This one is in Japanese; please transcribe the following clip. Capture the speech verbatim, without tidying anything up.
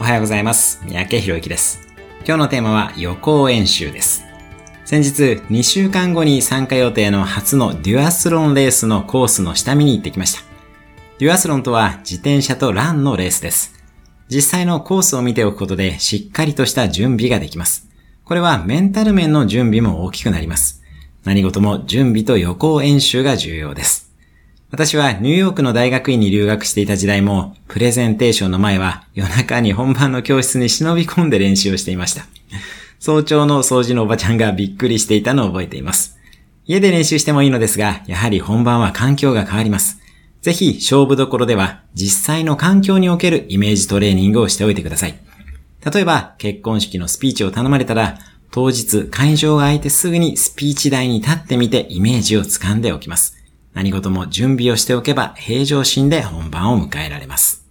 おはようございます。三宅宏之です。今日のテーマは予行演習です。先日にしゅうかんごに参加予定の初のデュアスロンレースのコースの下見に行ってきました。デュアスロンとは自転車とランのレースです。実際のコースを見ておくことでしっかりとした準備ができます。これはメンタル面の準備も大きくなります。何事も準備と予行演習が重要です。私はニューヨークの大学院に留学していた時代も、プレゼンテーションの前は夜中に本番の教室に忍び込んで練習をしていました。早朝の掃除のおばちゃんがびっくりしていたのを覚えています。家で練習してもいいのですが、やはり本番は環境が変わります。ぜひ勝負どころでは実際の環境におけるイメージトレーニングをしておいてください。例えば結婚式のスピーチを頼まれたら、当日会場が空いてすぐにスピーチ台に立ってみてイメージをつかんでおきます。何事も準備をしておけば平常心で本番を迎えられます。